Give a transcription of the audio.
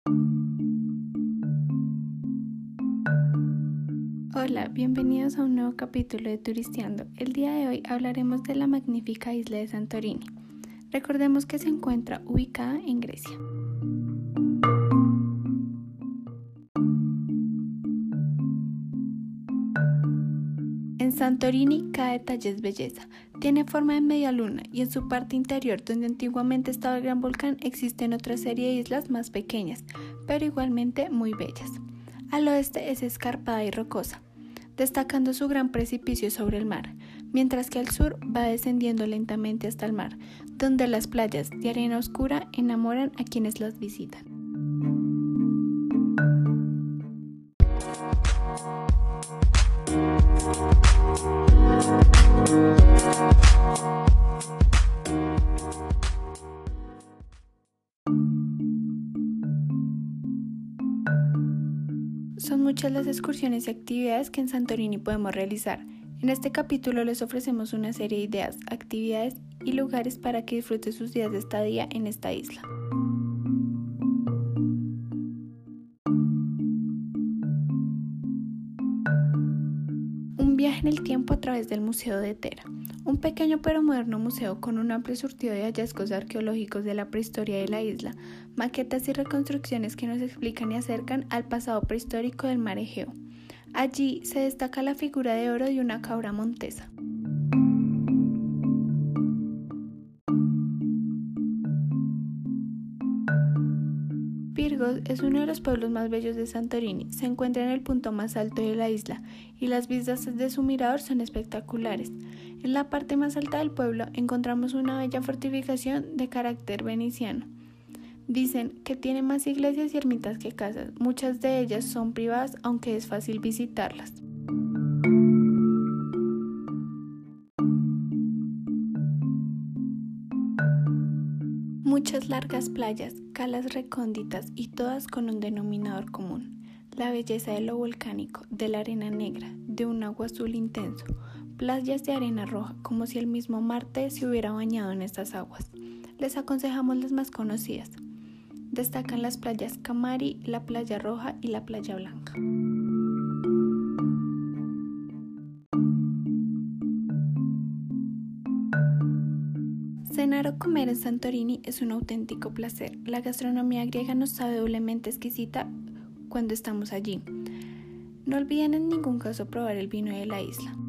Hola, bienvenidos a un nuevo capítulo de Turisteando. El día de hoy hablaremos de la magnífica isla de Santorini. Recordemos que se encuentra ubicada en Grecia. En Santorini cada detalle es belleza. Tiene forma de media luna y en su parte interior, donde antiguamente estaba el gran volcán, existen otra serie de islas más pequeñas, pero igualmente muy bellas. Al oeste es escarpada y rocosa, destacando su gran precipicio sobre el mar, mientras que al sur va descendiendo lentamente hasta el mar, donde las playas de arena oscura enamoran a quienes las visitan. Son muchas las excursiones y actividades que en Santorini podemos realizar. En este capítulo les ofrecemos una serie de ideas, actividades y lugares para que disfrute sus días de estadía en esta isla. Un viaje en el tiempo a través del Museo de Tera, un pequeño pero moderno museo con un amplio surtido de hallazgos arqueológicos de la prehistoria de la isla, maquetas y reconstrucciones que nos explican y acercan al pasado prehistórico del mar Egeo. Allí se destaca la figura de oro de una cabra montesa. Pirgos es uno de los pueblos más bellos de Santorini, se encuentra en el punto más alto de la isla y las vistas desde su mirador son espectaculares. En la parte más alta del pueblo encontramos una bella fortificación de carácter veneciano. Dicen que tiene más iglesias y ermitas que casas, muchas de ellas son privadas aunque es fácil visitarlas. Muchas largas playas, calas recónditas y todas con un denominador común: la belleza de lo volcánico, de la arena negra, de un agua azul intenso, playas de arena roja, como si el mismo Marte se hubiera bañado en estas aguas. Les aconsejamos las más conocidas. Destacan las playas Camari, la playa roja y la playa blanca. Cenar o comer en Santorini es un auténtico placer. La gastronomía griega nos sabe doblemente exquisita cuando estamos allí. No olviden en ningún caso probar el vino de la isla.